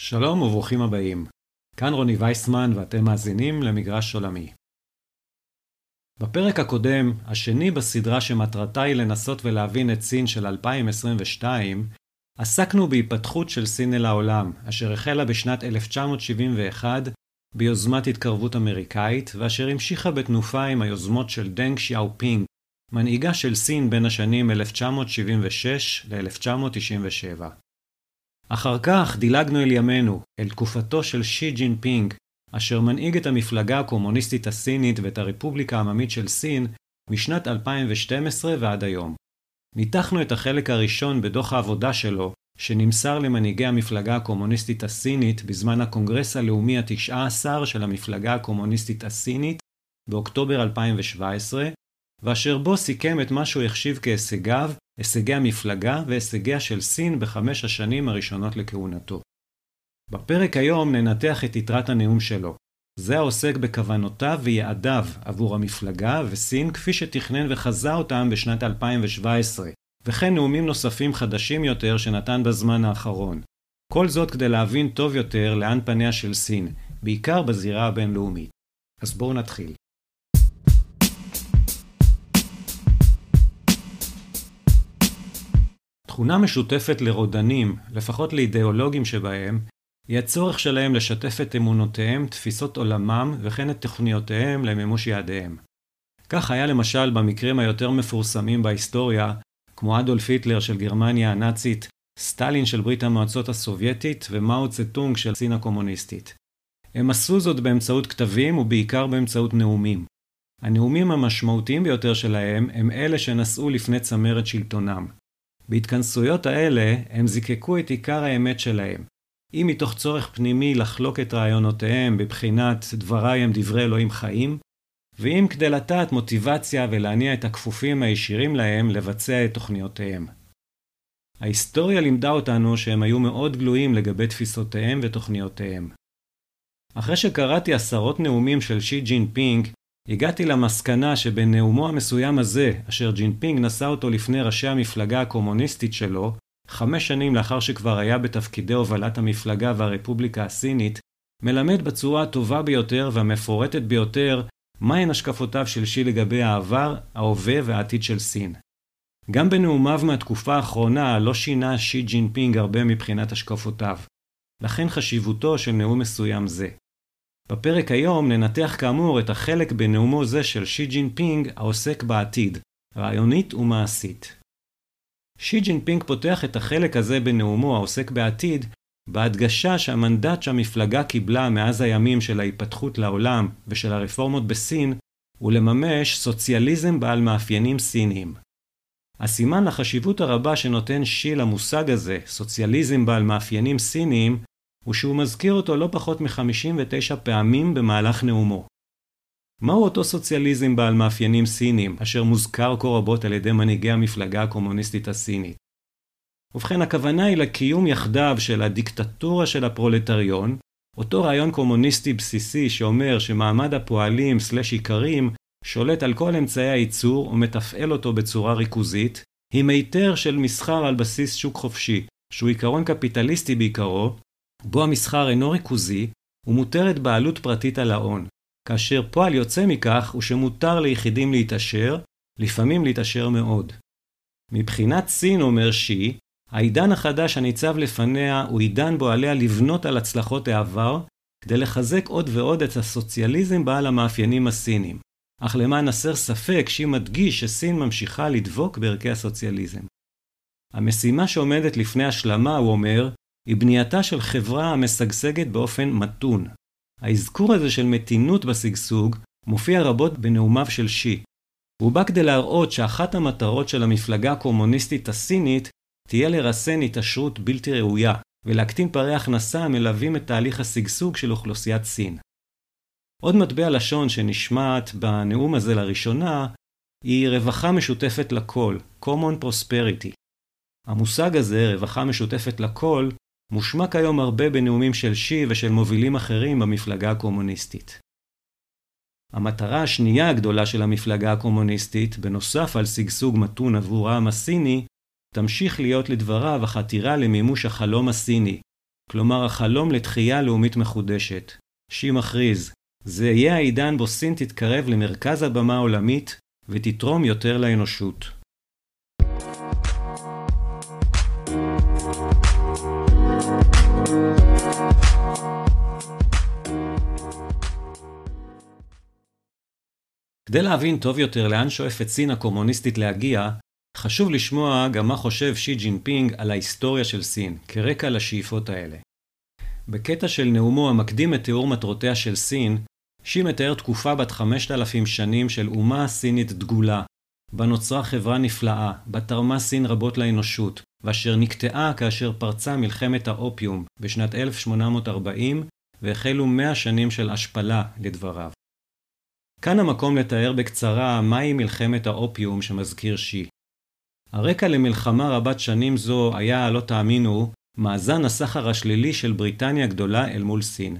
שלום וברוכים הבאים. כאן רוני וייסמן ואתם מאזינים למגרש עולמי. בפרק הקודם, השני בסדרה שמטרתה היא לנסות ולהבין את סין של 2022, עסקנו בהיפתחות של סין אל העולם, אשר החלה בשנת 1971 ביוזמת התקרבות אמריקאית, ואשר המשיכה בתנופה עם היוזמות של דנג שיאופינג, מנהיגה של סין בין השנים 1976 ל-1997. אחר כך דילגנו אל ימינו, אל תקופתו של שי ג'ינפינג, אשר מנהיג את המפלגה הקומוניסטית הסינית ואת הרפובליקה העממית של סין משנת 2012 ועד היום. ניתחנו את החלק הראשון בדוח העבודה שלו, שנמסר למנהיגי המפלגה הקומוניסטית הסינית בזמן הקונגרס הלאומי ה-19 של המפלגה הקומוניסטית הסינית באוקטובר 2017, ואשר בו סיכם את מה שהוא החשיב כהישגיו, הישגי המפלגה והישגיה של סין בחמש השנים הראשונות לכהונתו. בפרק היום ננתח את יתרת הנאום שלו. זה העוסק בכוונותיו ויעדיו עבור המפלגה וסין כפי שתכנן וחזה אותם בשנת 2017, וכן נאומים נוספים חדשים יותר שנתן בזמן האחרון. כל זאת כדי להבין טוב יותר לאן פניה של סין, בעיקר בזירה הבינלאומית. אז בואו נתחיל. תכונה משותפת לרודנים, לפחות לאידיאולוגים שבהם, היא הצורך שלהם לשתף את אמונותיהם, תפיסות עולמם וכן את תוכניותיהם למימוש יעדיהם. כך היה למשל במקרים היותר מפורסמים בהיסטוריה, כמו אדולף היטלר של גרמניה הנאצית, סטלין של ברית המועצות הסובייטית ומאו צטונג של סין הקומוניסטית. הם עשו זאת באמצעות כתבים ובעיקר באמצעות נאומים. הנאומים המשמעותיים ביותר שלהם הם אלה שנשאו לפני צמרת שלטונם. בהתכנסויות האלה הם זיקקו את עיקר האמת שלהם. אם מתוך צורך פנימי לחלוק את רעיונותיהם בבחינת דבריי הם דברי אלוהים חיים, ואם כדי לטעת מוטיבציה ולהניע את הכפופים הישירים להם לבצע את תוכניותיהם. ההיסטוריה לימדה אותנו שהם היו מאוד גלויים לגבי תפיסותיהם ותוכניותיהם. אחרי שקראתי עשרות נאומים של שי ג'ינפינג, הגעתי למסקנה שבנאומו המסוים הזה, אשר ג'ינפינג נשא אותו לפני ראשי המפלגה הקומוניסטית שלו, 5 שנים לאחר שכבר היה בתפקידי הובלת המפלגה והרפובליקה הסינית, מלמד בצורה הטובה ביותר והמפורטת ביותר מהן השקפותיו של שי לגבי העבר, ההווה והעתיד של סין. גם בנאומיו מהתקופה האחרונה לא שינה שי ג'ינפינג הרבה מבחינת השקפותיו. לכן חשיבותו של נאום מסוים זה. בפרק היום ננתח כאמור את החלק בנאומו זה של שי ג'ינפינג העוסק בעתיד, רעיונית ומעשית. שי ג'ינפינג פותח את החלק הזה בנאומו העוסק בעתיד, בהדגשה שהמנדט שהמפלגה קיבלה מאז הימים של ההיפתחות לעולם ושל הרפורמות בסין, הוא לממש סוציאליזם בעל מאפיינים סיניים. הסימן לחשיבות הרבה שנותן שי למושג הזה, סוציאליזם בעל מאפיינים סיניים, הוא שהוא מזכיר אותו לא פחות מ-59 פעמים במהלך נאומו. מהו אותו סוציאליזם בעל מאפיינים סיניים, אשר מוזכר כה רבות על ידי מנהיגי המפלגה הקומוניסטית הסינית? ובכן, הכוונה היא לקיום יחדיו של הדיקטטורה של הפרולטריון, אותו רעיון קומוניסטי בסיסי שאומר שמעמד הפועלים סלש עיקרים שולט על כל אמצעי הייצור ומתפעל אותו בצורה ריכוזית, היא מיתר של מסחר על בסיס שוק חופשי, שהוא עיקרון קפיטליסטי בעיקרו, בו המסחר אינו ריכוזי ומותרת בעלות פרטית על ההון, כאשר פועל יוצא מכך הוא שמותר ליחידים להתעשר, לפעמים להתעשר מאוד. מבחינת סין, אומר שי, העידן החדש הניצב לפניה הוא עידן בו עליה לבנות על הצלחות העבר, כדי לחזק עוד ועוד את הסוציאליזם בעל המאפיינים הסיניים. אך למען הסר ספק, שי מדגיש שסין ממשיכה לדבוק בערכי הסוציאליזם. המשימה שעומדת לפני השלמה, הוא אומר, היא בנייתה של חברה המשגשגת באופן מתון. האזכור הזה של מתינות בסגסוג מופיע רבות בנאומיו של שי. הוא בא כדי להראות שאחת המטרות של המפלגה הקומוניסטית הסינית תהיה לרסן התעשרות בלתי ראויה ולהקטין פערי הכנסה המלווים את תהליך הסגסוג של אוכלוסיית סין. עוד מטבע לשון שנשמעת בנאום הזה לראשונה היא רווחה משותפת לכל, common prosperity. המושג הזה, רווחה משותפת לכל, מושמע כיום הרבה בנאומים של שי ושל מובילים אחרים במפלגה הקומוניסטית. המטרה השנייה הגדולה של המפלגה הקומוניסטית, בנוסף על סגסוג מתון עבור העם הסיני, תמשיך להיות לדבריו החתירה למימוש החלום הסיני, כלומר החלום לתחייה לאומית מחודשת. שי מכריז, זה יהיה העידן בו סין תתקרב למרכז הבמה העולמית ותתרום יותר לאנושות. כדי להבין טוב יותר לאן שואפת סין הקומוניסטית להגיע, חשוב לשמוע גם מה חושב שי ג'ינפינג על ההיסטוריה של סין, כרקע לשאיפות האלה. בקטע של נאומו המקדים את תיאור מטרותיה של סין, שי מתאר תקופה בת 5,000 שנים של אומה סינית דגולה, בה נוצרה חברה נפלאה, בה תרמה סין רבות לאנושות, ואשר נקטעה כאשר פרצה מלחמת האופיום בשנת 1840, והחלו 100 שנים של השפלה לדבריו. כאן המקום לתאר בקצרה מהי מלחמת האופיום שמזכיר שי. הרקע למלחמה רבת שנים זו היה, לא תאמינו, מאזן הסחר השלילי של בריטניה הגדולה אל מול סין.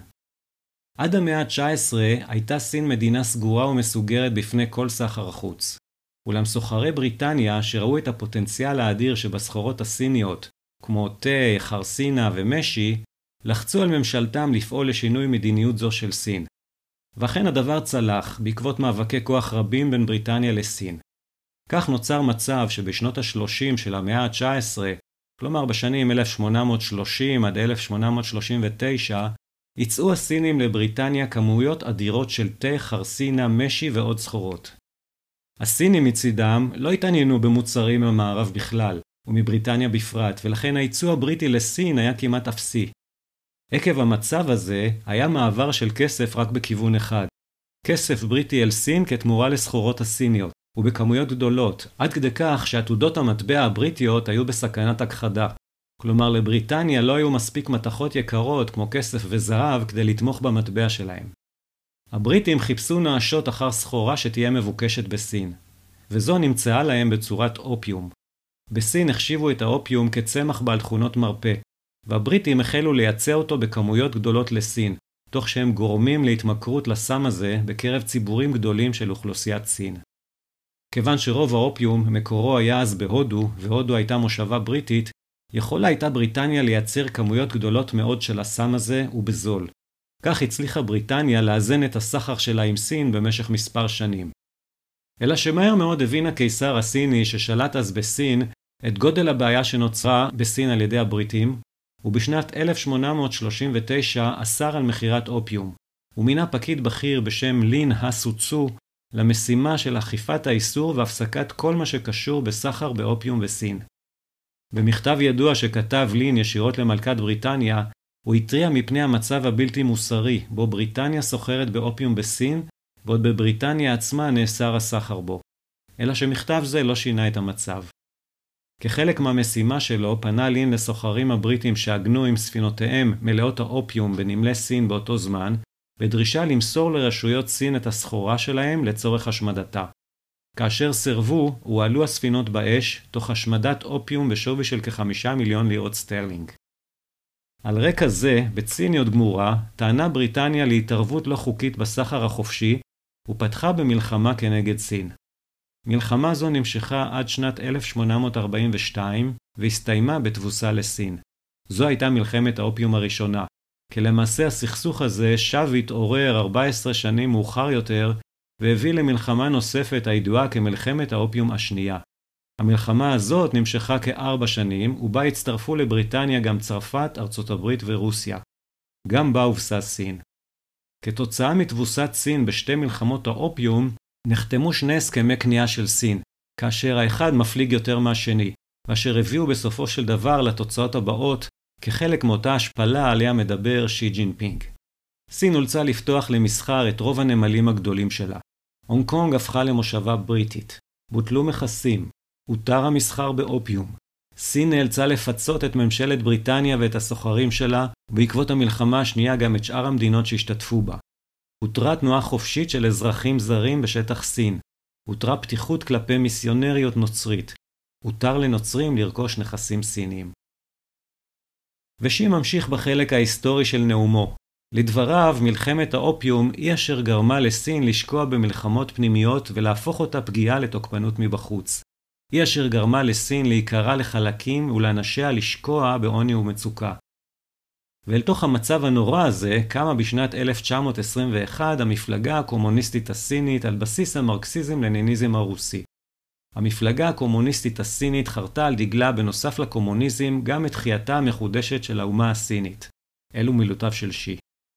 עד המאה ה-19 הייתה סין מדינה סגורה ומסוגרת בפני כל סחר החוץ. אולם סוחרי בריטניה שראו את הפוטנציאל האדיר שבסחורות הסיניות, כמו תה, חרסינה ומשי, לחצו על ממשלתם לפעול לשינוי מדיניות זו של סין. ואכן הדבר צלח בעקבות מאבקי כוח רבים בין בריטניה לסין. כך נוצר מצב שבשנות ה-30 של המאה ה-19, כלומר בשנים 1830 עד 1839, יצאו הסינים לבריטניה כמויות אדירות של תה, חרסינה, משי ועוד סחורות. הסינים מצידם לא התעניינו במוצרים מהמערב בכלל, ומבריטניה בפרט, ולכן הייצוא הבריטי לסין היה כמעט אפסי. עקב המצב הזה היה מעבר של כסף רק בכיוון אחד. כסף בריטי אל סין כתמורה לסחורות הסיניות, ובכמויות גדולות, עד כדי כך שעתודות המטבע הבריטיות היו בסכנת הכחדה. כלומר לבריטניה לא היו מספיק מתכות יקרות כמו כסף וזהב כדי לתמוך במטבע שלהם. הבריטים חיפשו נואשות אחר סחורה שתהיה מבוקשת בסין, וזו נמצאה להם בצורת אופיום. בסין החשיבו את האופיום כצמח בעל תכונות מרפא, והבריטים החלו לייצא אותו בכמויות גדולות לסין, תוך שהם גורמים להתמכרות לסם הזה בקרב ציבורים גדולים של אוכלוסיית סין. כיוון שרוב האופיום מקורו היה אז בהודו, והודו הייתה מושבה בריטית, יכולה הייתה בריטניה לייצר כמויות גדולות מאוד של הסם הזה ובזול. כך הצליחה בריטניה לאזן את הסחר שלה עם סין במשך מספר שנים. אלא שמהר מאוד הבין הקיסר הסיני ששלט אז בסין את גודל הבעיה שנוצרה בסין על ידי הבריטים, ובשנת 1839 אסר על מכירת אופיום, ומינה פקיד בכיר בשם לין הסוצו למשימה של אכיפת האיסור והפסקת כל מה שקשור בסחר באופיום בסין. במכתב ידוע שכתב לין ישירות למלכת בריטניה, הוא התריע מפני המצב הבלתי מוסרי, בו בריטניה סוחרת באופיום בסין, בעוד בבריטניה עצמה נאסר הסחר בו. אלא שמכתב זה לא שינה את המצב. כחלק מהמשימה שלו פנה לין לסוחרים הבריטים שעגנו עם ספינותיהם מלאות האופיום בנמלי סין באותו זמן, בדרישה למסור לרשויות סין את הסחורה שלהם לצורך השמדתה. כאשר סרבו, הועלו הספינות באש, תוך השמדת אופיום בשווי של כ5 מיליון לירות סטרלינג. על רקע זה, בציניות גמורה, טענה בריטניה להתערבות לא חוקית בסחר החופשי, ופתחה במלחמה כנגד סין. מלחמה זו נמשכה עד שנת 1842, והסתיימה בתבוסה לסין. זו הייתה מלחמת האופיום הראשונה, כי למעשה הסכסוך הזה שב והתעורר 14 שנים מאוחר יותר, והביא למלחמה נוספת הידועה כמלחמת האופיום השנייה. המלחמה הזאת נמשכה כ4 שנים, ובה הצטרפו לבריטניה גם צרפת, ארצות הברית ורוסיה. גם בה הובסה סין. כתוצאה מתבוסת סין בשתי מלחמות האופיום, נחתמו 2 הסכמי קנייה של סין, כאשר האחד מפליג יותר מהשני, ואשר הביאו בסופו של דבר לתוצאות הבאות, כחלק מאותה השפלה עליה מדבר שי ג'ינפינג. סין אולצה לפתוח למסחר את רוב הנמלים הגדולים שלה. הונג קונג הפכה למושבה בריטית. בוטלו מכסים. הותר המסחר באופיום. סין נאלצה לפצות את ממשלת בריטניה ואת הסוחרים שלה, בעקבות המלחמה השנייה גם את שאר המדינות שהשתתפו בה. הותרה תנועה חופשית של אזרחים זרים בשטח סין. הותרה פתיחות כלפי מיסיונריות נוצרית. הותר לנוצרים לרכוש נכסים סיניים. ושי ממשיך בחלק ההיסטורי של נאומו. לדבריו, מלחמת האופיום היא אשר גרמה לסין לשקוע במלחמות פנימיות ולהפוך אותה פגיעה לתוקפנות מבחוץ. היא אשר גרמה לסין להיקרע לחלקים ולאנשיה לשקוע בעוני ומצוקה. ואל תוך המצב הנורא הזה קמה בשנת 1921 המפלגה הקומוניסטית הסינית על בסיס המרקסיזם-לניניזם הרוסי. המפלגה הקומוניסטית הסינית חרתה על דגלה בנוסף לקומוניזם גם את תחייתה המחודשת של האומה הסינית. אלו מילותיו של שי.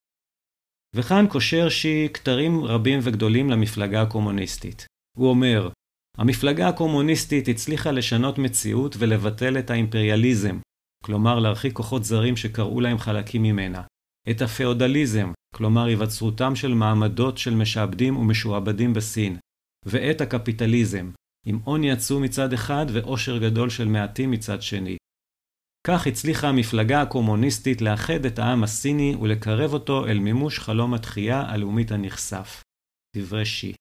וכאן קושר שי כתרים רבים וגדולים למפלגה הקומוניסטית. הוא אומר, המפלגה הקומוניסטית הצליחה לשנות מציאות ולבטל את האימפריאליזם, כלומר להרחיק כוחות זרים שקראו להם חלקים ממנה, את הפאודליזם, כלומר היווצרותם של מעמדות של משעבדים ומשועבדים בסין, ואת הקפיטליזם, עם עוני עצום מצד אחד ועושר גדול של מעטים מצד שני. כך הצליחה המפלגה הקומוניסטית לאחד את העם הסיני ולקרב אותו אל מימוש חלום התחייה הלאומית הנכסף. דברי שי.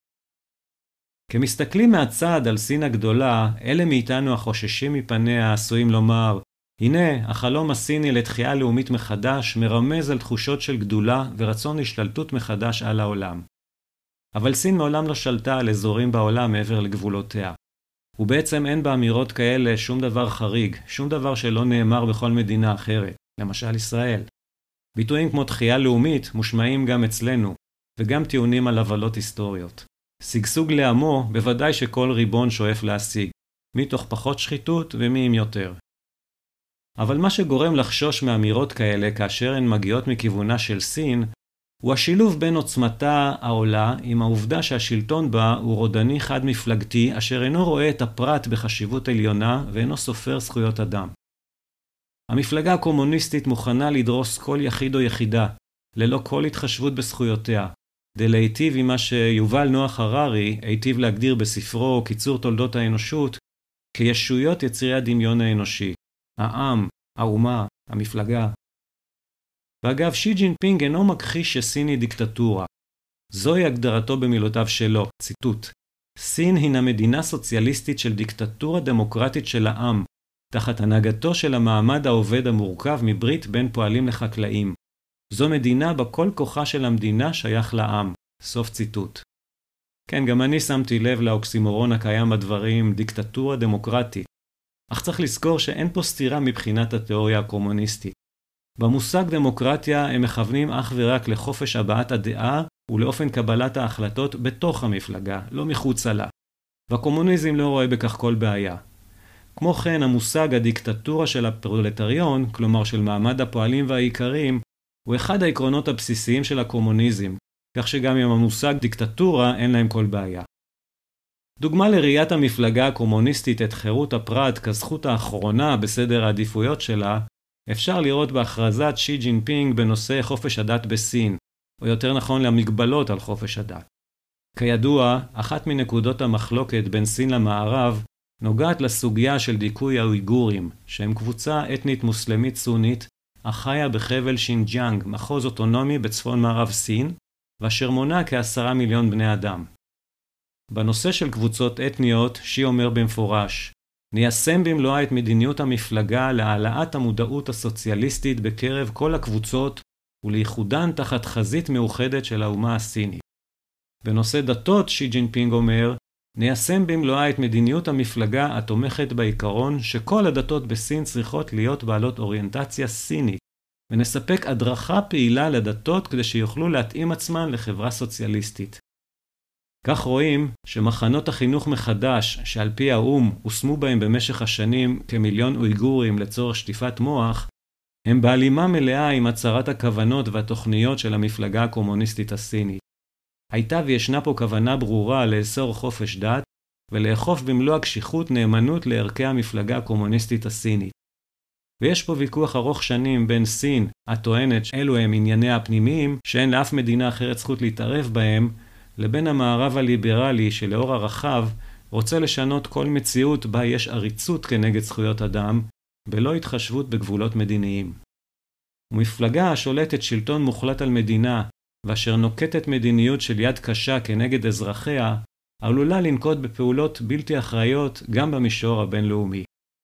כמסתכלים מהצד על סין הגדולה, אלה מאיתנו החוששים מפניה עשויים לומר, הנה, החלום הסיני לתחייה לאומית מחדש מרמז על תחושות של גדולה ורצון השתלטות מחדש על העולם. אבל סין מעולם לא שלטה על אזורים בעולם מעבר לגבולותיה. ובעצם אין באמירות כאלה שום דבר חריג, שום דבר שלא נאמר בכל מדינה אחרת, למשל ישראל. ביטויים כמו תחייה לאומית מושמעים גם אצלנו, וגם טיעונים על הבלות היסטוריות. שגשוג לעמו בוודאי שכל ריבון שואף להשיג, מי תוך פחות שחיתות ומי עם יותר. אבל מה שגורם לחשוש מאמירות כאלה כאשר הן מגיעות מכיוונה של סין, הוא השילוב בין עוצמתה העולה עם העובדה שהשלטון בה הוא רודני חד מפלגתי אשר אינו רואה את הפרט בחשיבות עליונה ואינו סופר זכויות אדם. המפלגה הקומוניסטית מוכנה לדרוס כל יחיד או יחידה, ללא כל התחשבות בזכויותיה, כדי להיטיב עם מה שיובל נוח הררי היטיב להגדיר בספרו קיצור תולדות האנושות, כישויות יצירי הדמיון האנושי, העם, האומה, המפלגה. ואגב, שי ג'ינפינג אינו מכחיש שסין היא דיקטטורה. זוהי הגדרתו במילותיו שלו, ציטוט. סין הינה מדינה סוציאליסטית של דיקטטורה דמוקרטית של העם, תחת הנהגתו של המעמד העובד המורכב מברית בין פועלים לחקלאים. זו מדינה בה כל כוחה של המדינה שייך לעם. סוף ציטוט. כן, גם אני שמתי לב לאוקסימורון הקיים בדברים דיקטטורה דמוקרטית. אך צריך לזכור שאין פה סתירה מבחינת התיאוריה הקומוניסטית. במושג דמוקרטיה הם מכוונים אך ורק לחופש הבעת הדעה ולאופן קבלת ההחלטות בתוך המפלגה, לא מחוצה לה. והקומוניזם לא רואה בכך כל בעיה. כמו כן, המושג הדיקטטורה של הפרולטריון, כלומר של מעמד הפועלים והעיקרים, הוא אחד העקרונות הבסיסיים של הקומוניזם, כך שגם עם המושג דיקטטורה אין להם כל בעיה. דוגמה לראיית המפלגה הקומוניסטית את חירות הפרט כזכות האחרונה בסדר העדיפויות שלה, אפשר לראות בהכרזת שי ג'ינפינג בנושא חופש הדת בסין, או יותר נכון למגבלות על חופש הדת. כידוע, אחת מנקודות המחלוקת בין סין למערב נוגעת לסוגיה של דיכוי האויגורים, שהם קבוצה אתנית מוסלמית סונית, החיה בחבל שינג'יאנג, מחוז אוטונומי בצפון מערב סין, ואשר מונה כ10 מיליון בני אדם. בנושא של קבוצות אתניות, שי אומר במפורש, ניישם במלואה את מדיניות המפלגה להעלאת המודעות הסוציאליסטית בקרב כל הקבוצות ולייחודן תחת חזית מאוחדת של האומה הסינית. בנושא דתות, שי ג'ינפינג אומר, ניישם במלואה את מדיניות המפלגה התומכת בעיקרון שכל הדתות בסין צריכות להיות בעלות אוריינטציה סינית, ונספק הדרכה פעילה לדתות כדי שיוכלו להתאים עצמן לחברה סוציאליסטית. כך רואים שמחנות החינוך מחדש, שעל פי האום הושמו בהם במשך השנים כמיליון אויגורים לצורך שטיפת מוח, הם בהלימה מלאה עם הצהרת הכוונות והתוכניות של המפלגה הקומוניסטית הסינית. הייתה וישנה פה כוונה ברורה לאסור חופש דת ולאכוף במלוא הקשיחות נאמנות לערכי המפלגה הקומוניסטית הסינית. ויש פה ויכוח ארוך שנים בין סין, הטוענת שאלו הם ענייניה הפנימיים, שאין לאף מדינה אחרת זכות להתערב בהם, לבין המערב הליברלי שלאור הרחב רוצה לשנות כל מציאות בה יש עריצות כנגד זכויות אדם, בלא התחשבות בגבולות מדיניים. ומפלגה השולטת שלטון מוחלט על מדינה, ואשר נוקטת מדיניות של יד קשה כנגד אזרחיה, עלולה לנקוט בפעולות בלתי אחראיות גם במישור הבינלאומי.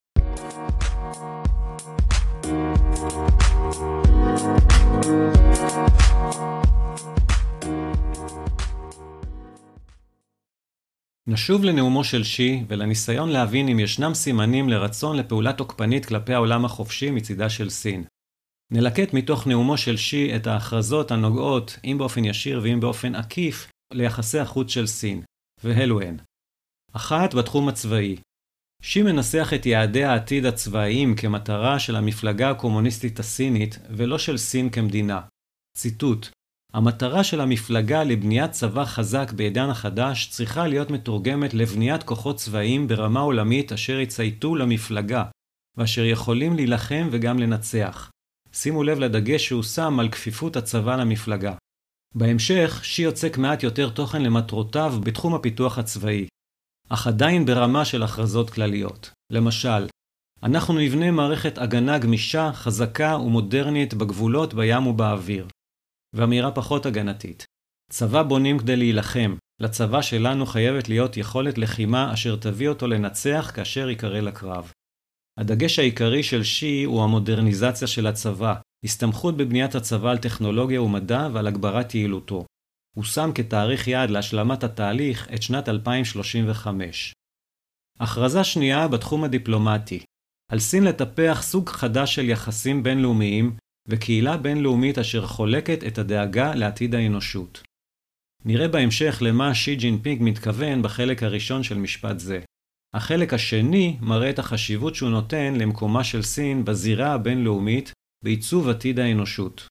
נשוב לנאומו של שי ולניסיון להבין אם ישנם סימנים לרצון לפעולה תוקפנית כלפי העולם החופשי מצידה של סין. נלקט מתוך נאומו של שי את ההכרזות הנוגעות, אם באופן ישיר ואם באופן עקיף, ליחסי החוץ של סין, והלו הן. 1. בתחום הצבאי. שי מנסח את יעדי העתיד הצבאיים כמטרה של המפלגה הקומוניסטית הסינית ולא של סין כמדינה. ציטוט: המטרה של המפלגה לבניית צבא חזק בעידן החדש צריכה להיות מתורגמת לבניית כוחות צבאיים ברמה עולמית אשר יצייתו למפלגה, ואשר יכולים להילחם וגם לנצח. שימו לב לדגש שהוא שם על כפיפות הצבא למפלגה. בהמשך, שי יוצק מעט יותר תוכן למטרותיו בתחום הפיתוח הצבאי, אך עדיין ברמה של הכרזות כלליות. למשל, אנחנו נבנה מערכת הגנה גמישה, חזקה ומודרנית בגבולות בים ובאוויר. ואמירה פחות הגנתית. צבא בונים כדי להילחם. לצבא שלנו חייבת להיות יכולת לחימה אשר תביא אותו לנצח כאשר יקרא לקרב. הדגש העיקרי של שי הוא המודרניזציה של הצבא, הסתמכות בבניית הצבא על טכנולוגיה ומדע ועל הגברת יעילותו. הוא שם כתאריך יעד להשלמת התהליך את שנת 2035. הכרזה שנייה בתחום הדיפלומטי. על סין לטפח סוג חדש של יחסים בינלאומיים וקהילה בינלאומית אשר חולקת את הדאגה לעתיד האנושות. נראה בהמשך למה שי ג'ינפינג מתכוון בחלק הראשון של משפט זה. החלק השני מראה את החשיבות שהוא נותן למקומה של סין בזירה הבינלאומית בעיצוב עתיד האנושות.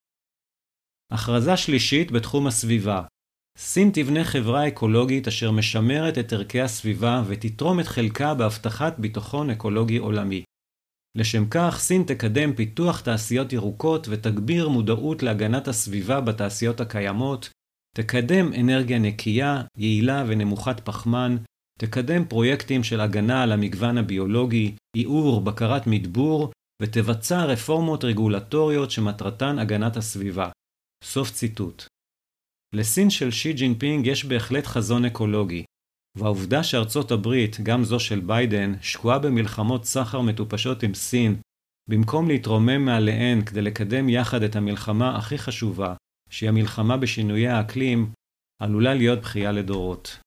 הכרזה שלישית בתחום הסביבה. סין תבנה חברה אקולוגית אשר משמרת את ערכי הסביבה ותתרום את חלקה בהבטחת ביטחון אקולוגי עולמי. לשם כך, סין תקדם פיתוח תעשיות ירוקות ותגביר מודעות להגנת הסביבה בתעשיות הקיימות, תקדם אנרגיה נקייה, יעילה ונמוכת פחמן, תקדם פרויקטים של הגנה על המגוון הביולוגי, עיעור, בקרת מדבור, ותבצע רפורמות רגולטוריות שמטרתן הגנת הסביבה. סוף ציטוט. לסין של שי ג'ינפינג יש בהחלט חזון אקולוגי, והעובדה שארצות הברית, גם זו של ביידן, שקועה במלחמות סחר מטופשות עם סין, במקום להתרומם מעליהן כדי לקדם יחד את המלחמה הכי חשובה, שהיא המלחמה בשינויי האקלים, עלולה להיות בכייה לדורות.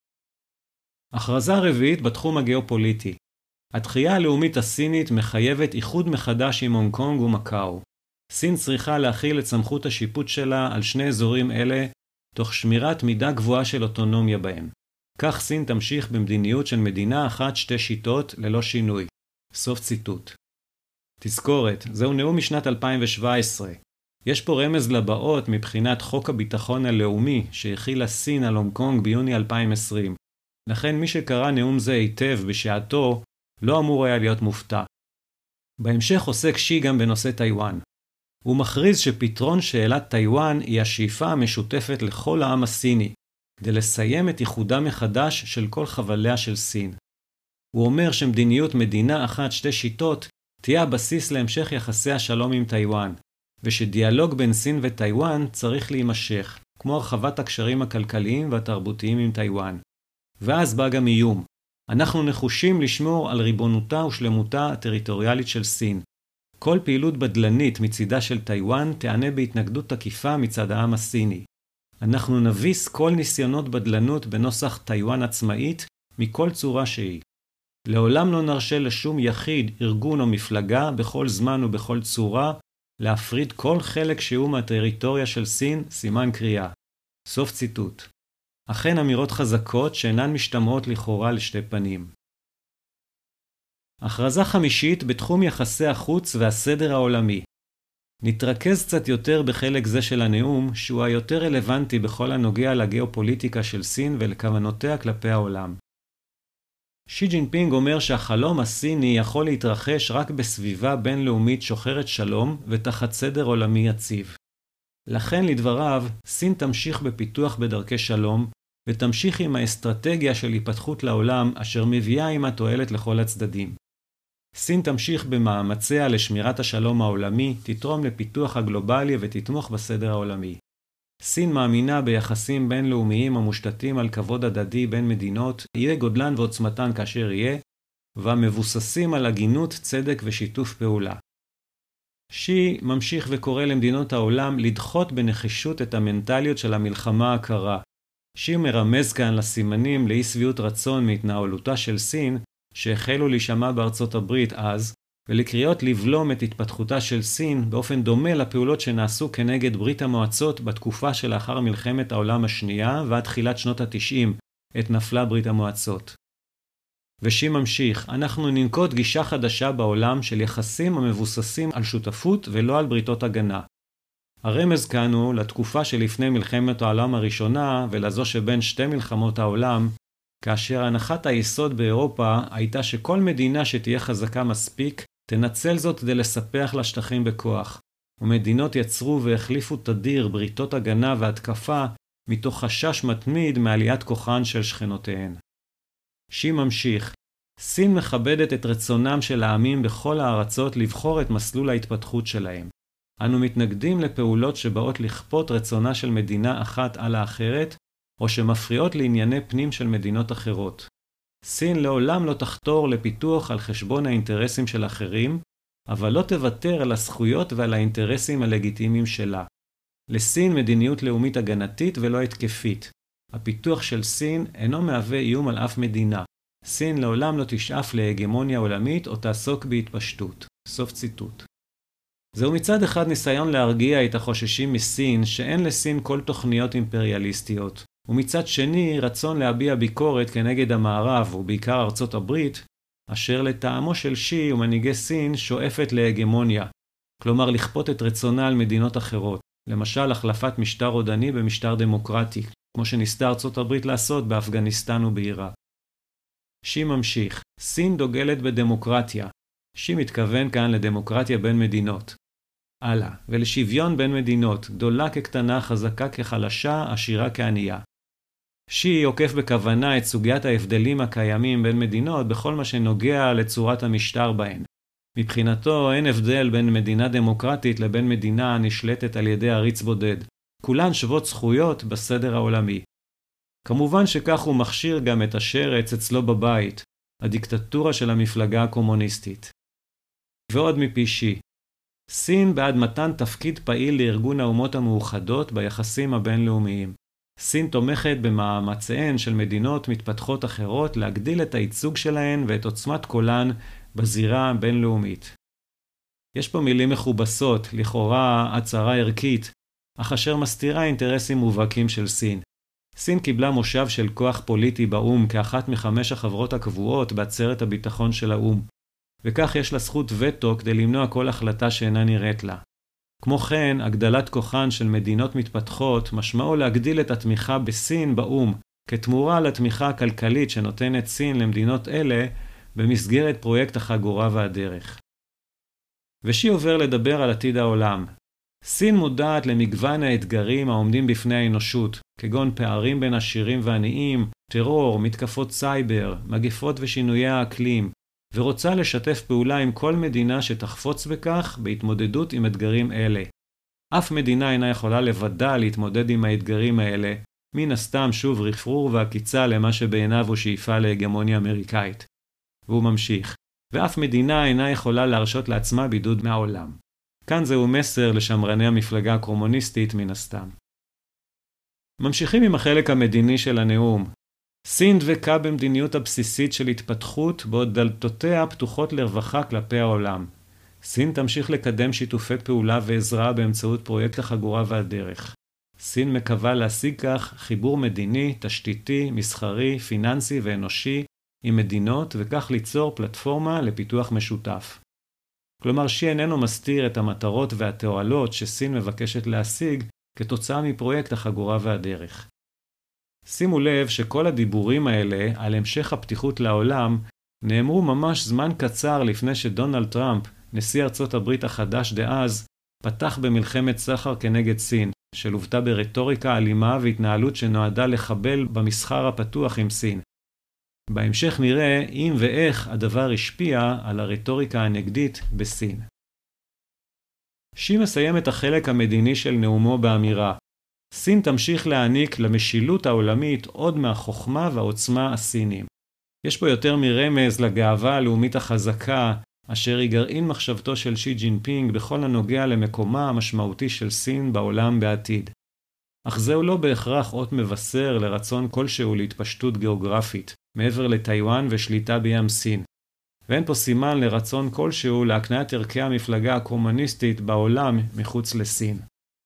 הכרזה רביעית בתחום הגיאופוליטי. התחייה הלאומית הסינית מחייבת איחוד מחדש עם הונג קונג ומקאו. סין צריכה להכיל את סמכות השיפוט שלה על שני אזורים אלה, תוך שמירת מידה גבוהה של אוטונומיה בהם. כך סין תמשיך במדיניות של מדינה אחת שתי שיטות ללא שינוי. סוף ציטוט. תזכורת, זהו נאום משנת 2017. יש פה רמז לבאות מבחינת חוק הביטחון הלאומי שהכילה סין על הונג קונג ביוני 2020. לכן מי שקרא נאום זה היטב בשעתו לא אמור היה להיות מופתע. בהמשך עוסק שי גם בנושא טיואן. הוא מכריז שפתרון שאלת טיואן היא השאיפה המשותפת לכל העם הסיני, כדי לסיים את ייחודם מחדש של כל חבליה של סין. הוא אומר שמדיניות מדינה אחת שתי שיטות תהיה הבסיס להמשך יחסי השלום עם טיואן, ושדיאלוג בין סין וטיואן צריך להימשך, כמו הרחבת הקשרים הכלכליים והתרבותיים עם טיואן. ואז בא גם איום. אנחנו נחושים לשמור על ריבונותה ושלמותה הטריטוריאלית של סין. כל פעילות בדלנית מצידה של טיואן תענה בהתנגדות תקיפה מצד העם הסיני. אנחנו נביס כל ניסיונות בדלנות בנוסח טיואן עצמאית מכל צורה שהיא. לעולם לא נרשה לשום יחיד, ארגון או מפלגה בכל זמן ובכל צורה להפריד כל חלק שהוא מהטריטוריה של סין, סימן קריאה. סוף ציטוט. אכן אמירות חזקות שאינן משתמעות לכאורה לשתי פנים. הכרזה חמישית בתחום יחסי החוץ והסדר העולמי. נתרכז קצת יותר בחלק זה של הנאום, שהוא היותר רלוונטי בכל הנוגע לגיאופוליטיקה של סין ולכוונותיה כלפי העולם. שי ג'ינפינג אומר שהחלום הסיני יכול להתרחש רק בסביבה בינלאומית שוחרת שלום ותחת סדר עולמי יציב. לכן לדבריו, סין תמשיך בפיתוח בדרכי שלום, ותמשיך עם האסטרטגיה של היפתחות לעולם אשר מביאה עימה תועלת לכל הצדדים. סין תמשיך במאמציה לשמירת השלום העולמי, תתרום לפיתוח הגלובלי ותתמוך בסדר העולמי. סין מאמינה ביחסים בינלאומיים המושתתים על כבוד הדדי בין מדינות, יהיה גודלן ועוצמתן כאשר יהיה, והמבוססים על הגינות, צדק ושיתוף פעולה. שי ממשיך וקורא למדינות העולם לדחות בנחישות את המנטליות של המלחמה הקרה. שי מרמז כאן לסימנים לאי שביעות רצון מהתנהלותה של סין, שהחלו להישמע בארצות הברית אז, ולקריאות לבלום את התפתחותה של סין באופן דומה לפעולות שנעשו כנגד ברית המועצות בתקופה שלאחר מלחמת העולם השנייה ועד תחילת שנות ה-90, עת נפלה ברית המועצות. ושי ממשיך, אנחנו ננקוט גישה חדשה בעולם של יחסים המבוססים על שותפות ולא על בריתות הגנה. הרמז כאן הוא לתקופה שלפני מלחמת העולם הראשונה ולזו שבין שתי מלחמות העולם, כאשר הנחת היסוד באירופה הייתה שכל מדינה שתהיה חזקה מספיק תנצל זאת כדי לספח לה שטחים בכוח, ומדינות יצרו והחליפו תדיר בריתות הגנה והתקפה מתוך חשש מתמיד מעליית כוחן של שכנותיהן. שי ממשיך, סין מכבדת את רצונם של העמים בכל הארצות לבחור את מסלול ההתפתחות שלהם. אנו מתנגדים לפעולות שבאות לכפות רצונה של מדינה אחת על האחרת, או שמפריעות לענייני פנים של מדינות אחרות. סין לעולם לא תחתור לפיתוח על חשבון האינטרסים של אחרים, אבל לא תוותר על הזכויות ועל האינטרסים הלגיטימיים שלה. לסין מדיניות לאומית הגנתית ולא התקפית. הפיתוח של סין אינו מהווה איום על אף מדינה. סין לעולם לא תשאף להגמוניה עולמית או תעסוק בהתפשטות. סוף ציטוט. זהו מצד אחד ניסיון להרגיע את החוששים מסין שאין לסין כל תוכניות אימפריאליסטיות, ומצד שני רצון להביע ביקורת כנגד המערב ובעיקר ארצות הברית, אשר לטעמו של שי ומנהיגי סין שואפת להגמוניה, כלומר לכפות את רצונה על מדינות אחרות, למשל החלפת משטר רודני במשטר דמוקרטי, כמו שניסתה ארצות הברית לעשות באפגניסטן ובעיראק. שי ממשיך, סין דוגלת בדמוקרטיה. שי מתכוון כאן לדמוקרטיה בין מדינות. הלאה, ולשוויון בין מדינות, גדולה כקטנה, חזקה כחלשה, עשירה כענייה. שי עוקף בכוונה את סוגיית ההבדלים הקיימים בין מדינות בכל מה שנוגע לצורת המשטר בהן. מבחינתו אין הבדל בין מדינה דמוקרטית לבין מדינה נשלטת על ידי עריץ בודד. כולן שוות זכויות בסדר העולמי. כמובן שכך הוא מכשיר גם את השרץ אצלו בבית, הדיקטטורה של המפלגה הקומוניסטית. ועוד מפי שי. סין בעד מתן תפקיד פעיל לארגון האומות המאוחדות ביחסים הבינלאומיים. סין תומכת במאמציהן של מדינות מתפתחות אחרות להגדיל את הייצוג שלהן ואת עוצמת קולן בזירה הבינלאומית. יש פה מילים מכובסות, לכאורה הצהרה ערכית, אך אשר מסתירה אינטרסים מובהקים של סין. סין קיבלה מושב של כוח פוליטי באום כאחת מחמש החברות הקבועות בעצרת הביטחון של האום, וכך יש לה זכות וטו כדי למנוע כל החלטה שאינה נראית לה. כמו כן, הגדלת כוחן של מדינות מתפתחות משמעו להגדיל את התמיכה בסין באום, כתמורה לתמיכה הכלכלית שנותנת סין למדינות אלה במסגרת פרויקט החגורה והדרך. ושי עובר לדבר על עתיד העולם. סין מודעת למגוון האתגרים העומדים בפני האנושות, כגון פערים בין עשירים ועניים, טרור, מתקפות סייבר, מגפות ושינויי האקלים, ורוצה לשתף פעולה עם כל מדינה שתחפוץ בכך בהתמודדות עם אתגרים אלה. אף מדינה אינה יכולה לבדה להתמודד עם האתגרים האלה, מן הסתם שוב רפרור והקיצה למה שבעיניו הוא שאיפה להגמוניה אמריקאית. והוא ממשיך, ואף מדינה אינה יכולה להרשות לעצמה בידוד מהעולם. כאן זהו מסר לשמרני המפלגה הקומוניסטית מן הסתם. ממשיכים עם החלק המדיני של הנאום. סין דבקה במדיניות הבסיסית של התפתחות בעוד דלתותיה פתוחות לרווחה כלפי העולם. סין תמשיך לקדם שיתופי פעולה ועזרה באמצעות פרויקט החגורה והדרך. סין מקווה להשיג כך חיבור מדיני, תשתיתי, מסחרי, פיננסי ואנושי עם מדינות וכך ליצור פלטפורמה לפיתוח משותף. כלומר שי איננו מסתיר את המטרות והתועלות שסין מבקשת להשיג כתוצאה מפרויקט החגורה והדרך. שימו לב שכל הדיבורים האלה על המשך הפתיחות לעולם נאמרו ממש זמן קצר לפני שדונלד טראמפ, נשיא ארצות הברית החדש דאז, פתח במלחמת סחר כנגד סין, שלוותה ברטוריקה אלימה והתנהלות שנועדה לחבל במסחר הפתוח עם סין. בהמשך נראה אם ואיך הדבר השפיע על הרטוריקה הנגדית בסין. שי מסיים את החלק המדיני של נאומו באמירה, סין תמשיך להעניק למשילות העולמית עוד מהחוכמה והעוצמה הסיניים. יש פה יותר מרמז לגאווה הלאומית החזקה, אשר היא גרעין מחשבתו של שי ג'ינפינג בכל הנוגע למקומה המשמעותי של סין בעולם בעתיד. אך זהו לא בהכרח אות מבשר לרצון כלשהו להתפשטות גיאוגרפית, מעבר לטיואן ושליטה בים סין. ואין פה סימן לרצון כלשהו להקניית ערכי המפלגה הקומוניסטית בעולם מחוץ לסין.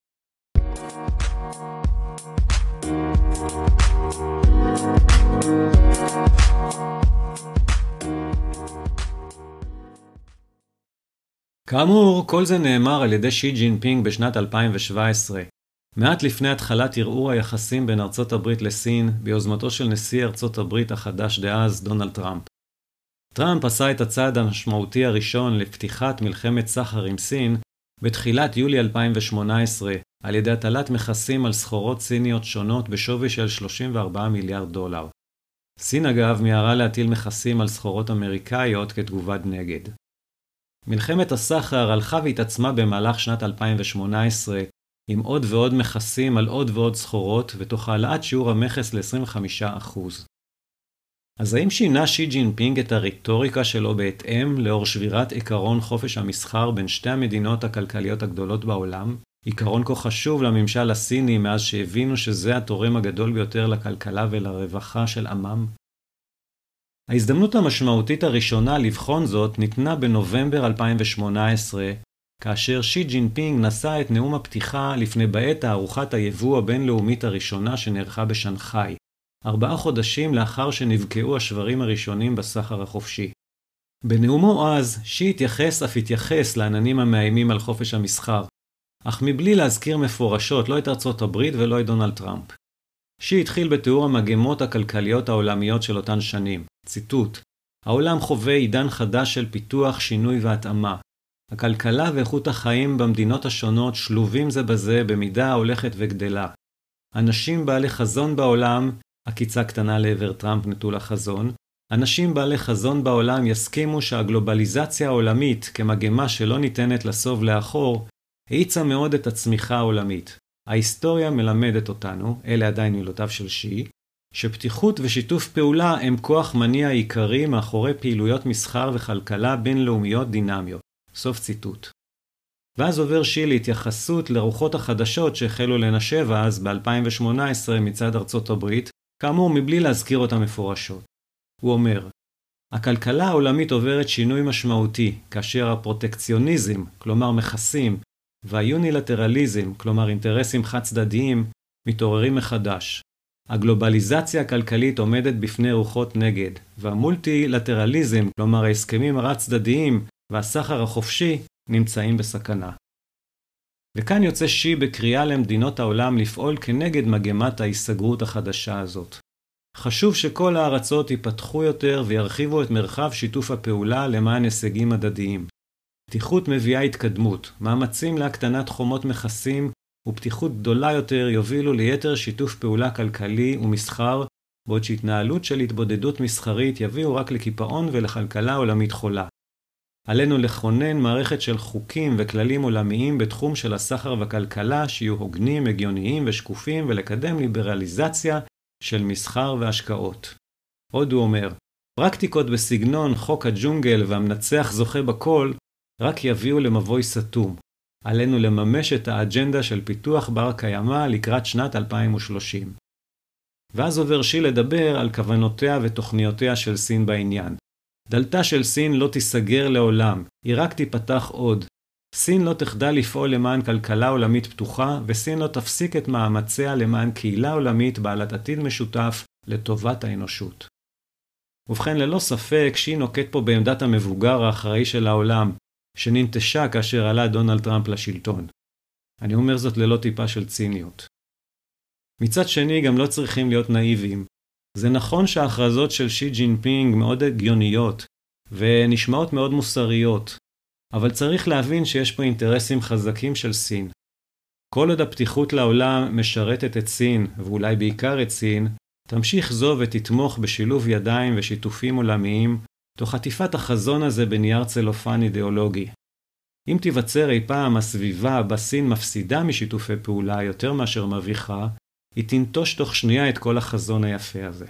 כאמור, כל זה נאמר על ידי שי ג'ינפינג בשנת 2017, מעט לפני התחלת ערעור היחסים בין ארצות הברית לסין, ביוזמתו של נשיא ארצות הברית החדש דאז, דונלד טראמפ. טראמפ עשה את הצעד המשמעותי הראשון לפתיחת מלחמת סחר עם סין בתחילת יולי 2018, על ידי הטלת מכסים על סחורות סיניות שונות בשווי של $34 מיליארד. סין אגב מיהרה להטיל מכסים על סחורות אמריקאיות כתגובת נגד. מלחמת הסחר הלכה והתעצמה במהלך שנת 2018, עם עוד ועוד מכסים על עוד ועוד סחורות, ותוך העלאת שיעור המכס ל-25%. אז האם שינה שי ג'ינפינג את הרטוריקה שלו בהתאם לאור שבירת עקרון חופש המסחר בין שתי המדינות הכלכליות הגדולות בעולם? עיקרון כה חשוב לממשל הסיני מאז שהבינו שזה התורם הגדול ביותר לכלכלה ולרווחה של עמם? ההזדמנות המשמעותית הראשונה לבחון זאת ניתנה בנובמבר 2018, כאשר שי ג'ינפינג נשא את נאום הפתיחה לפני בעת תערוכת היבוא הבינלאומית הראשונה שנערכה בשנגחאי, 4 חודשים לאחר שנבקעו השברים הראשונים בסחר החופשי. בנאומו אז, שי התייחס לעננים המאיימים על חופש המסחר, אך מבלי להזכיר מפורשות לא את ארצות הברית ולא את דונלד טראמפ. שי התחיל בתיאור המגמות הכלכליות העולמיות של אותן שנים. ציטוט: העולם חווה עידן חדש של פיתוח, שינוי והתאמה. הכלכלה ואיכות החיים במדינות השונות שלובים זה בזה במידה הולכת וגדלה. אנשים בעלי חזון בעולם, עקיצה קטנה לעבר טראמפ נטול החזון, אנשים בעלי חזון בעולם יסכימו שהגלובליזציה העולמית כמגמה שלא ניתנת לסוב לאחור, האיצה מאוד את הצמיחה העולמית. ההיסטוריה מלמדת אותנו, אלה עדיין מילותיו של שי, שפתיחות ושיתוף פעולה הם כוח מניע עיקרי מאחורי פעילויות מסחר וכלכלה בינלאומיות דינמיות. סוף ציטוט. ואז עובר שי להתייחסות לרוחות החדשות שהחלו לנשב אז ב-2018 מצד ארצות הברית, כאמור מבלי להזכיר אותם מפורשות. הוא אומר, הכלכלה העולמית עוברת שינוי משמעותי, כאשר הפרוטקציוניזם, כלומר מכסים, והיונילטרליזם, כלומר אינטרסים חד צדדיים, מתעוררים מחדש. הגלובליזציה הכלכלית עומדת בפני רוחות נגד, והמולטילטרליזם, כלומר ההסכמים הרד צדדיים והסחר החופשי, נמצאים בסכנה. וכאן יוצא שי בקריאה למדינות העולם לפעול כנגד מגמת ההיסגרות החדשה הזאת. חשוב שכל הארצות ייפתחו יותר וירחיבו את מרחב שיתוף הפעולה למען הישגים הדדיים. פתיחות מביאה התקדמות, מאמצים להקטנת חומות מכסים ופתיחות גדולה יותר יובילו ליתר שיתוף פעולה כלכלי ומסחר, בעוד שהתנהלות של התבודדות מסחרית יביאו רק לקיפאון ולכלכלה עולמית חולה. עלינו לכונן מערכת של חוקים וכללים עולמיים בתחום של הסחר והכלכלה שיהיו הוגנים, הגיוניים ושקופים ולקדם ליברליזציה של מסחר והשקעות. עוד הוא אומר, פרקטיקות בסגנון חוק הג'ונגל והמנצח זוכה בכל רק יביאו למבוי סתום. עלינו לממש את האג'נדה של פיתוח בר קיימא לקראת שנת 2030. ואז עובר שי לדבר על כוונותיה ותוכניותיה של סין בעניין. דלתה של סין לא תיסגר לעולם, היא רק תיפתח עוד. סין לא תחדל לפעול למען כלכלה עולמית פתוחה, וסין לא תפסיק את מאמציה למען קהילה עולמית בעלת עתיד משותף לטובת האנושות. ובכן, ללא ספק, שי נוקט פה בעמדת המבוגר האחראי של העולם, שננטשה כאשר עלה דונלד טראמפ לשלטון. אני אומר זאת ללא טיפה של ציניות. מצד שני, גם לא צריכים להיות נאיביים. זה נכון שההכרזות של שי ג'ינפינג מאוד הגיוניות, ונשמעות מאוד מוסריות, אבל צריך להבין שיש פה אינטרסים חזקים של סין. כל עוד הפתיחות לעולם משרתת את סין, ואולי בעיקר את סין, תמשיך זו ותתמוך בשילוב ידיים ושיתופים עולמיים, תוך חטיפת החזון הזה בנייר צלופן אידיאולוגי. אם תיווצר אי פעם הסביבה בה סין מפסידה משיתופי פעולה יותר מאשר מביכה, היא תנטוש תוך שנייה את כל החזון היפה הזה.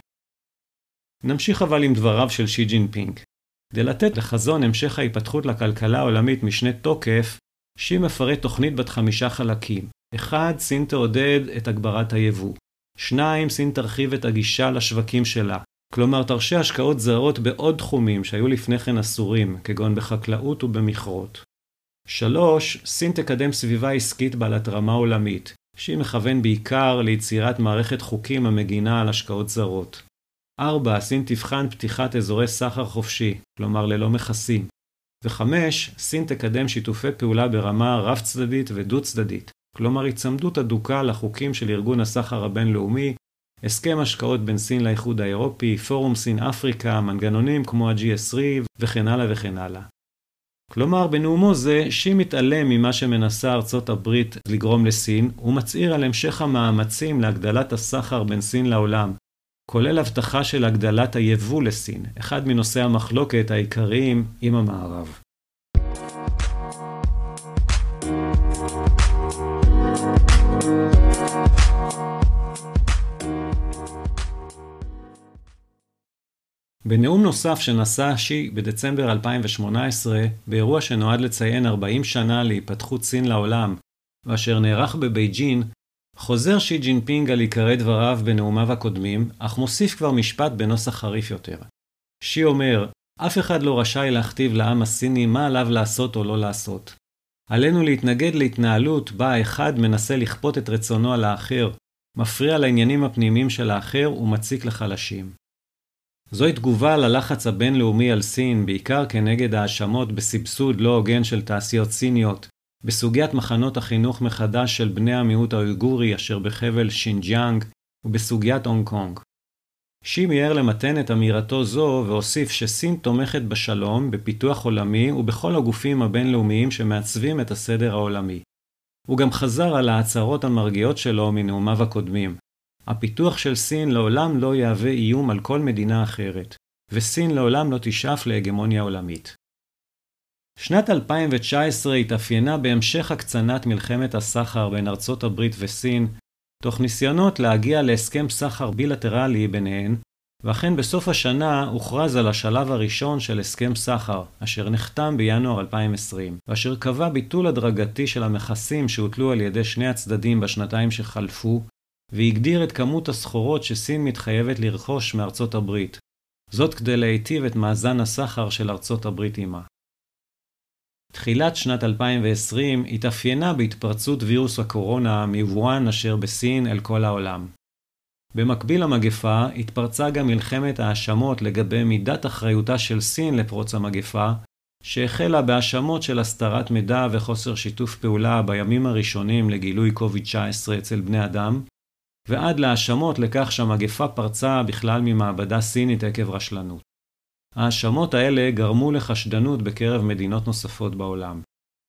נמשיך אבל עם דבריו של שי ג'ינפינג. כדי לתת לחזון המשך ההתפתחות לכלכלה העולמית משנה תוקף, שי מפרט תוכנית בת 5 חלקים. 1. סין תעודד את הגברת היבוא. 2. סין תרחיב את הגישה לשווקים שלה, כלומר תרשה השקעות זרות בעוד תחומים שהיו לפני כן אסורים, כגון בחקלאות ובמכרות. 3. סין תקדם סביבה עסקית בעלת רמה עולמית, שהיא מכוון בעיקר ליצירת מערכת חוקים המגינה על השקעות זרות. 4. סין תבחן פתיחת אזורי סחר חופשי, כלומר ללא מכסים. ו5. סין תקדם שיתופי פעולה ברמה רב צדדית ודו צדדית, כלומר הצמדות הדוקה לחוקים של ארגון הסחר הבינלאומי, הסכם השקעות בין סין לאיחוד האירופי, פורום סין אפריקה, מנגנונים כמו ה-G20 וכן הלאה וכן הלאה. כלומר, בנאומו זה, שי מתעלם ממה שמנסה ארצות הברית לגרום לסין, ומצהיר על המשך המאמצים להגדלת הסחר בין סין לעולם, כולל הבטחה של הגדלת היבוא לסין, אחד מנושאי המחלוקת העיקריים עם המערב. בנאום נוסף שנשא שי בדצמבר 2018, באירוע שנועד לציין 40 שנה להיפתחות סין לעולם, ואשר נערך בבייג'ין, חוזר שי ג'ינפינג על עיקרי דבריו בנאומיו הקודמים, אך מוסיף כבר משפט בנוסח חריף יותר. שי אומר, אף אחד לא רשאי להכתיב לעם הסיני מה עליו לעשות או לא לעשות. עלינו להתנגד להתנהלות בה האחד מנסה לכפות את רצונו על האחר, מפריע לעניינים הפנימיים של האחר ומציק לחלשים. זוהי תגובה ללחץ הבינלאומי על סין, בעיקר כנגד האשמות בסבסוד לא הוגן של תעשיות סיניות, בסוגיית מחנות החינוך מחדש של בני המיעוט האויגורי אשר בחבל שינג'יאנג, ובסוגיית הונג קונג. שי מיהר למתן את אמירתו זו והוסיף שסין תומכת בשלום, בפיתוח עולמי ובכל הגופים הבינלאומיים שמעצבים את הסדר העולמי. הוא גם חזר על ההצהרות המרגיעות שלו מנאומיו הקודמים. הפיתוח של סין לעולם לא יהווה איום על כל מדינה אחרת, וסין לעולם לא תשאף להגמוניה עולמית. שנת 2019 התאפיינה בהמשך הקצנת מלחמת הסחר בין ארצות הברית וסין, תוך ניסיונות להגיע להסכם סחר בילטרלי ביניהן, ואכן בסוף השנה הוכרז על השלב הראשון של הסכם סחר, אשר נחתם בינואר 2020, ואשר קבע ביטול הדרגתי של המכסים שהוטלו על ידי שני הצדדים בשנתיים שחלפו, והגדיר את כמות הסחורות שסין מתחייבת לרכוש מארצות הברית, זאת כדי להיטיב את מאזן הסחר של ארצות הברית עימה. תחילת שנת 2020 התאפיינה בהתפרצות וירוס הקורונה מיבואן אשר בסין אל כל העולם. במקביל למגפה התפרצה גם מלחמת האשמות לגבי מידת אחריותה של סין לפרוץ המגפה, שהחלה בהאשמות של הסתרת מידע וחוסר שיתוף פעולה בימים הראשונים לגילוי COVID-19 אצל בני אדם, ועד להאשמות לכך שהמגפה פרצה בכלל ממעבדה סינית עקב רשלנות. ההאשמות האלה גרמו לחשדנות בקרב מדינות נוספות בעולם.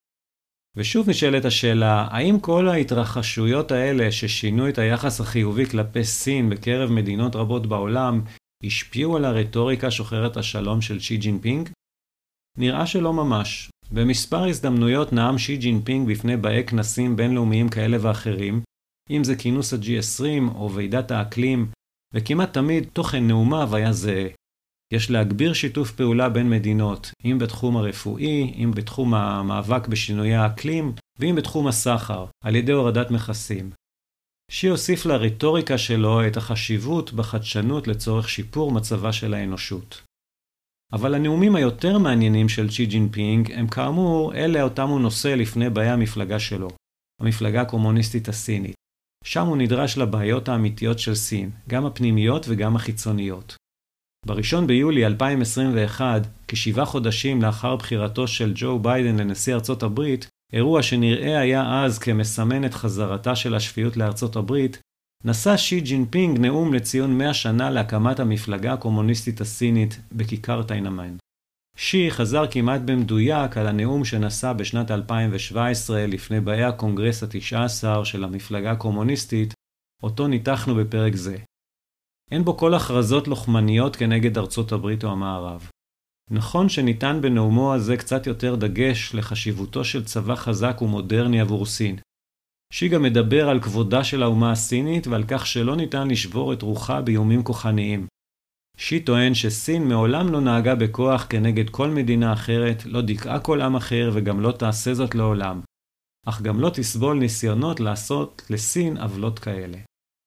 ושוב נשאלת השאלה, האם כל ההתרחשויות האלה ששינו את היחס החיובי כלפי סין בקרב מדינות רבות בעולם, השפיעו על הרטוריקה שוחרת השלום של שי ג'ינפינג? נראה שלא ממש. במספר הזדמנויות נאם שי ג'ינפינג בפני באי כנסים בינלאומיים כאלה ואחרים, אם זה כינוס ה-G20 או ועידת האקלים, וכמעט תמיד תוכן נאומיו היה זהה. יש להגביר שיתוף פעולה בין מדינות, אם בתחום הרפואי, אם בתחום המאבק בשינויי האקלים, ואם בתחום הסחר, על ידי הורדת מכסים. שי הוסיף לרטוריקה שלו את החשיבות בחדשנות לצורך שיפור מצבה של האנושות. אבל הנאומים היותר מעניינים של שי ג'ינפינג הם כאמור אלה אותם הוא נושא לפני באי המפלגה שלו, המפלגה הקומוניסטית הסינית. שם הוא נדרש לבעיות האמיתיות של סין, גם הפנימיות וגם החיצוניות. ב-1 ביולי 2021, כ7 חודשים לאחר בחירתו של ג'ו ביידן לנשיא ארצות הברית, אירוע שנראה היה אז כמסמן את חזרתה של השפיות לארצות הברית, נשא שי ג'ינפינג נאום לציון 100 שנה להקמת המפלגה הקומוניסטית הסינית בכיכר טיינאנמן. שי חזר כמעט במדויק על הנאום שנשא בשנת 2017 לפני באי הקונגרס ה-19 של המפלגה הקומוניסטית, אותו ניתחנו בפרק זה. אין בו כל הכרזות לוחמניות כנגד ארצות הברית או המערב. נכון שניתן בנאומו הזה קצת יותר דגש לחשיבותו של צבא חזק ומודרני עבור סין. שי גם מדבר על כבודה של האומה הסינית ועל כך שלא ניתן לשבור את רוחה באיומים כוחניים. שי טוען שסין מעולם לא נהגה בכוח כנגד כל מדינה אחרת, לא דיכאה כל עם אחר וגם לא תעשה זאת לעולם. אך גם לא תסבול ניסיונות לעשות לסין עוולות כאלה.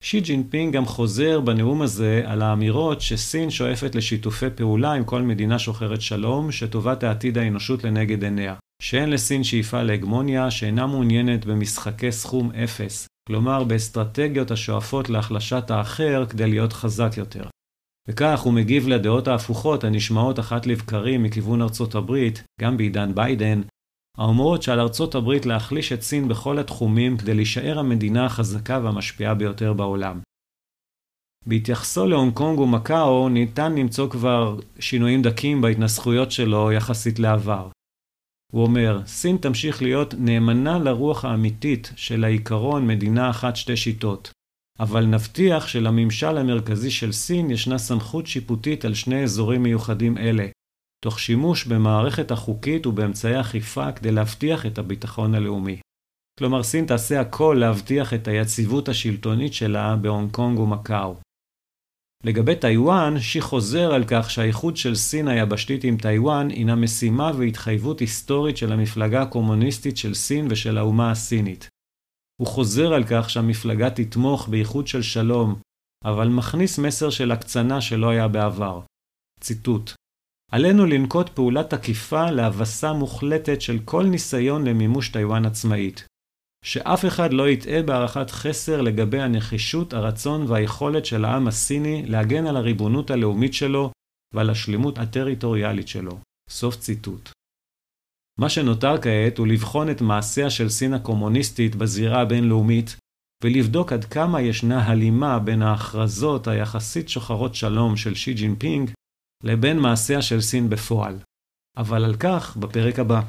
שי ג'ינפינג גם חוזר בנאום הזה על האמירות שסין שואפת לשיתופי פעולה עם כל מדינה שוחרת שלום שטובת העתיד האנושות לנגד עיניה, שאין לסין שאיפה להגמוניה, שאינה מעוניינת במשחקי סכום אפס, כלומר באסטרטגיות השואפות להחלשת האחר כדי להיות חזק יותר. וכך הוא מגיב לדעות ההפוכות הנשמעות אחת לבקרים מכיוון ארצות הברית, גם בעידן ביידן, האומרות שעל ארצות הברית להחליש את סין בכל התחומים כדי להישאר המדינה החזקה והמשפיעה ביותר בעולם. בהתייחסו להונג קונג ומקאו ניתן למצוא כבר שינויים דקים בהתנסחויות שלו יחסית לעבר. הוא אומר, סין תמשיך להיות נאמנה לרוח האמיתית של העיקרון מדינה אחת שתי שיטות, אבל נבטיח שלממשל המרכזי של סין ישנה סמכות שיפוטית על שני אזורים מיוחדים אלה, תוך שימוש במערכת החוקית ובאמצעי אכיפה כדי להבטיח את הביטחון הלאומי. כלומר, סין תעשה הכל להבטיח את היציבות השלטונית שלה בהונג קונג ומקאו. לגבי טיואן, שי חוזר על כך שהאיחוד של סין היבשתית עם טיואן הינה משימה והתחייבות היסטורית של המפלגה הקומוניסטית של סין ושל האומה הסינית. הוא חוזר על כך שהמפלגה תתמוך באיחוד של שלום, אבל מכניס מסר של הקצנה שלא היה בעבר. ציטוט: עלינו לנקוט פעולה תקיפה להבסה מוחלטת של כל ניסיון למימוש טיואן עצמאית. שאף אחד לא יטעה בהערכת חסר לגבי הנחישות, הרצון והיכולת של העם הסיני להגן על הריבונות הלאומית שלו ועל השלמות הטריטוריאלית שלו. סוף ציטוט. מה שנותר כעת הוא לבחון את מעשיה של סין הקומוניסטית בזירה הבינלאומית ולבדוק עד כמה ישנה הלימה בין ההכרזות היחסית שוחרות שלום של שי ג'ינפינג לבין מעשיה של סין בפועל. אבל על כך בפרק הבא.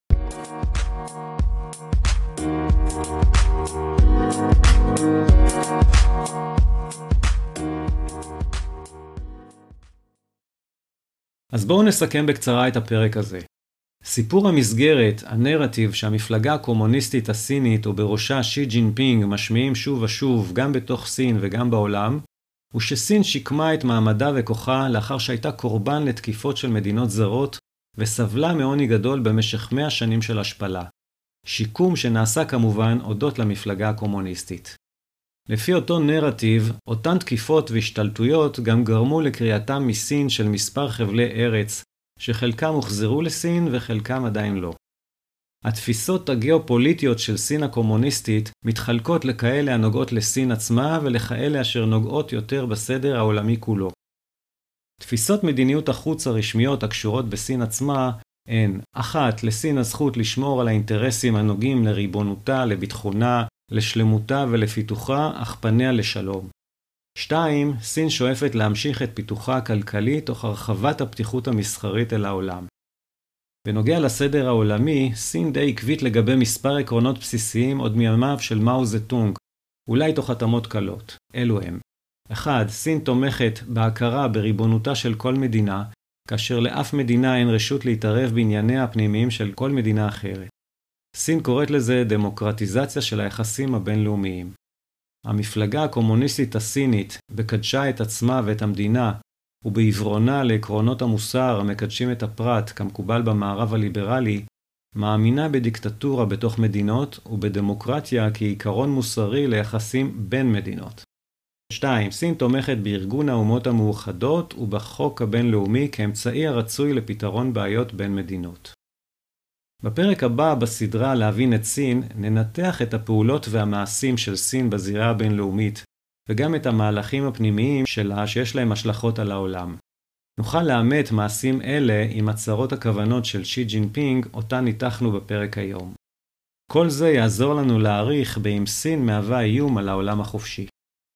אז בואו נסכם בקצרה את הפרק הזה. סיפור המסגרת, הנרטיב שהמפלגה הקומוניסטית הסינית ובראשה שי ג'ינפינג משמיעים שוב ושוב גם בתוך סין וגם בעולם, הוא שסין שיקמה את מעמדה וכוחה לאחר שהייתה קורבן לתקיפות של מדינות זרות וסבלה מעוני גדול במשך 100 שנים של השפלה. שיקום שנעשה כמובן הודות למפלגה הקומוניסטית. לפי אותו נרטיב, אותן תקיפות והשתלטויות גם גרמו לקריאתם מסין של מספר חבלי ארץ, שחלקם הוחזרו לסין וחלקם עדיין לא. התפיסות הגיאופוליטיות של סין הקומוניסטית מתחלקות לכאלה הנוגעות לסין עצמה ולכאלה אשר נוגעות יותר בסדר העולמי כולו. תפיסות מדיניות החוץ הרשמיות הקשורות בסין עצמה הן: 1. לסין הזכות לשמור על האינטרסים הנוגעים לריבונותה, לביטחונה, לשלמותה ולפיתוחה, אך פניה לשלום. 2. סין שואפת להמשיך את פיתוחה הכלכלי תוך הרחבת הפתיחות המסחרית אל העולם. בנוגע לסדר העולמי, סין די עקבית לגבי מספר עקרונות בסיסיים עוד מימיו של מאו זטונג, אולי תוך התאמות קלות. אלו הם: 1. סין תומכת בהכרה בריבונותה של כל מדינה, כאשר לאף מדינה אין רשות להתערב בענייניה הפנימיים של כל מדינה אחרת. סין קוראת לזה דמוקרטיזציה של היחסים הבינלאומיים. המפלגה הקומוניסטית הסינית, בקדשה את עצמה ואת המדינה, ובעברונה לעקרונות המוסר המקדשים את הפרט כמקובל במערב הליברלי, מאמינה בדיקטטורה בתוך מדינות ובדמוקרטיה כעיקרון מוסרי ליחסים בין מדינות. 2. סין תומכת בארגון האומות המאוחדות ובחוק הבינלאומי כאמצעי הרצוי לפתרון בעיות בין מדינות. בפרק הבא בסדרה להבין את סין, ננתח את הפעולות והמעשים של סין בזירה הבינלאומית, וגם את המהלכים הפנימיים שלה שיש להם השלכות על העולם. נוכל לאמת מעשים אלה עם הצהרות הכוונות של שי ג'ינפינג, אותה ניתחנו בפרק היום. כל זה יעזור לנו להעריך באם סין מהווה איום על העולם החופשי.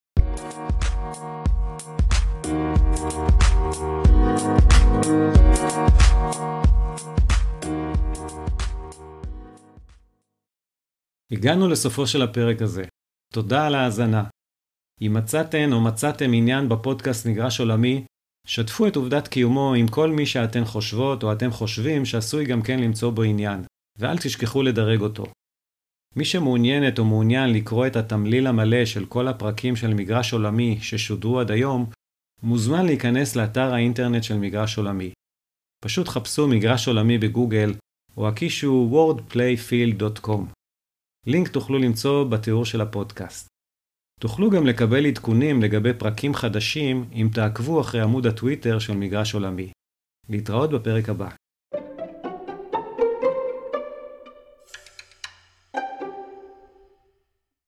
הגענו לסופו של הפרק הזה. תודה על ההאזנה. אם מצאתן או מצאתם עניין בפודקאסט מגרש עולמי, שתפו את עובדת קיומו עם כל מי שאתן חושבות או אתם חושבים שעשוי גם כן למצוא בו עניין, ואל תשכחו לדרג אותו. מי שמעוניינת או מעוניין לקרוא את התמליל המלא של כל הפרקים של מגרש עולמי ששודרו עד היום, מוזמן להיכנס לאתר האינטרנט של מגרש עולמי. פשוט חפשו מגרש עולמי בגוגל, או הקישו wordplayfield.com. לינק תוכלו למצוא בתיאור של הפודקאסט. תוכלו גם לקבל עדכונים לגבי פרקים חדשים אם תעקבו אחרי עמוד הטוויטר של מגרש עולמי. להתראות בפרק הבא.